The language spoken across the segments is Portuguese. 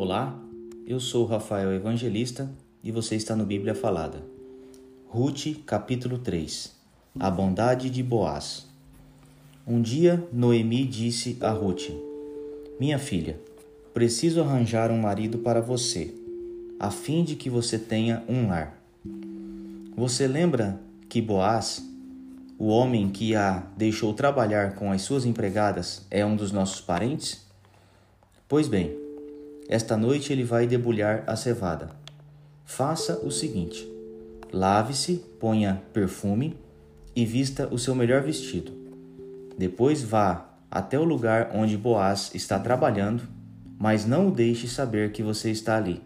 Olá, eu sou Rafael Evangelista e você está no Bíblia Falada. Ruth, capítulo 3. A bondade de Boaz. Um dia, Noemi disse a Ruth: Minha filha, preciso arranjar um marido para você, a fim de que você tenha um lar. Você lembra que Boaz, o homem que a deixou trabalhar com as suas empregadas, é um dos nossos parentes? Pois bem, esta noite ele vai debulhar a cevada. Faça o seguinte: lave-se, ponha perfume e vista o seu melhor vestido. Depois vá até o lugar onde Boaz está trabalhando, mas não o deixe saber que você está ali,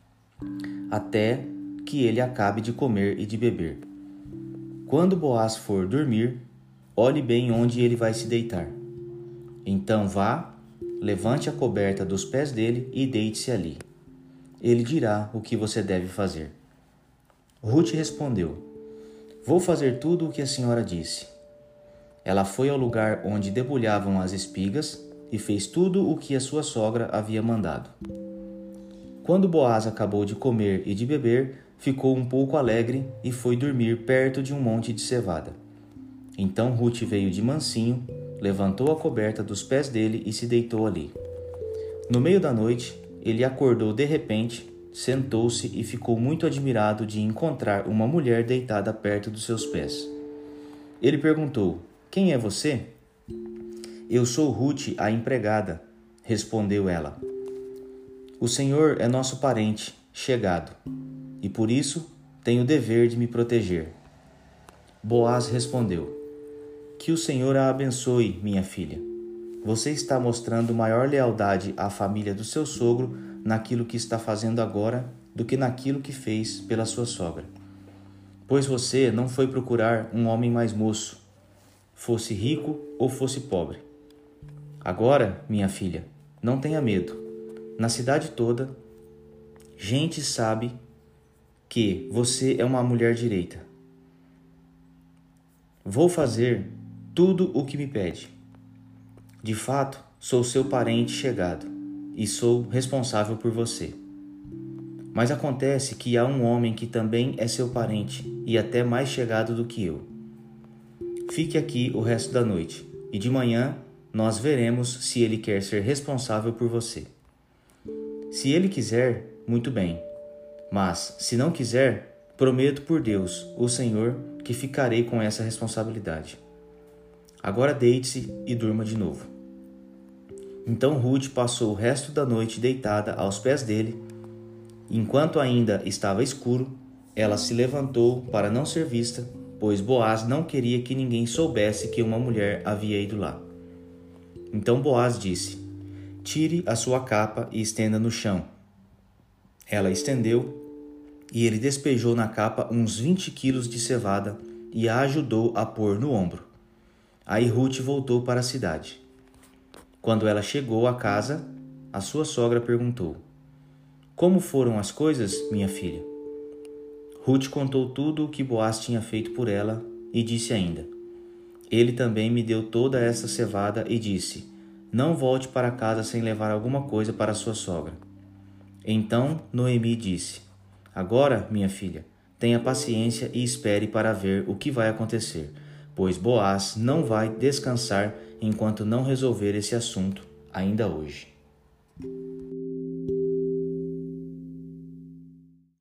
até que ele acabe de comer e de beber. Quando Boaz for dormir, olhe bem onde ele vai se deitar. Então vá, levante a coberta dos pés dele e deite-se ali. Ele dirá o que você deve fazer. Ruth respondeu: Vou fazer tudo o que a senhora disse. Ela foi ao lugar onde debulhavam as espigas e fez tudo o que a sua sogra havia mandado. Quando Boaz acabou de comer e de beber, ficou um pouco alegre e foi dormir perto de um monte de cevada. Então Ruth veio de mansinho, levantou a coberta dos pés dele e se deitou ali. No meio da noite, ele acordou de repente, sentou-se e ficou muito admirado de encontrar uma mulher deitada perto dos seus pés. Ele perguntou: Quem é você? Eu sou Ruth, a empregada, respondeu ela. O Senhor é nosso parente, chegado, e por isso tenho o dever de me proteger. Boaz respondeu: Que o Senhor a abençoe, minha filha. Você está mostrando maior lealdade à família do seu sogro naquilo que está fazendo agora do que naquilo que fez pela sua sogra. Pois você não foi procurar um homem mais moço, fosse rico ou fosse pobre. Agora, minha filha, não tenha medo. Na cidade toda, gente sabe que você é uma mulher direita. Vou fazer tudo o que me pede. De fato, sou seu parente chegado e sou responsável por você. Mas acontece que há um homem que também é seu parente e até mais chegado do que eu. Fique aqui o resto da noite e de manhã nós veremos se ele quer ser responsável por você. Se ele quiser, muito bem. Mas, se não quiser, prometo por Deus, o Senhor, que ficarei com essa responsabilidade. Agora deite-se e durma de novo. Então Ruth passou o resto da noite deitada aos pés dele. Enquanto ainda estava escuro, ela se levantou para não ser vista, pois Boaz não queria que ninguém soubesse que uma mulher havia ido lá. Então Boaz disse: Tire a sua capa e estenda no chão. Ela estendeu, e ele despejou na capa uns 20 quilos de cevada e a ajudou a pôr no ombro. Aí Ruth voltou para a cidade. Quando ela chegou à casa, a sua sogra perguntou: Como foram as coisas, minha filha? Ruth contou tudo o que Boaz tinha feito por ela e disse ainda: Ele também me deu toda essa cevada e disse: Não volte para casa sem levar alguma coisa para sua sogra. Então Noemi disse: Agora, minha filha, tenha paciência e espere para ver o que vai acontecer, pois Boaz não vai descansar enquanto não resolver esse assunto ainda hoje.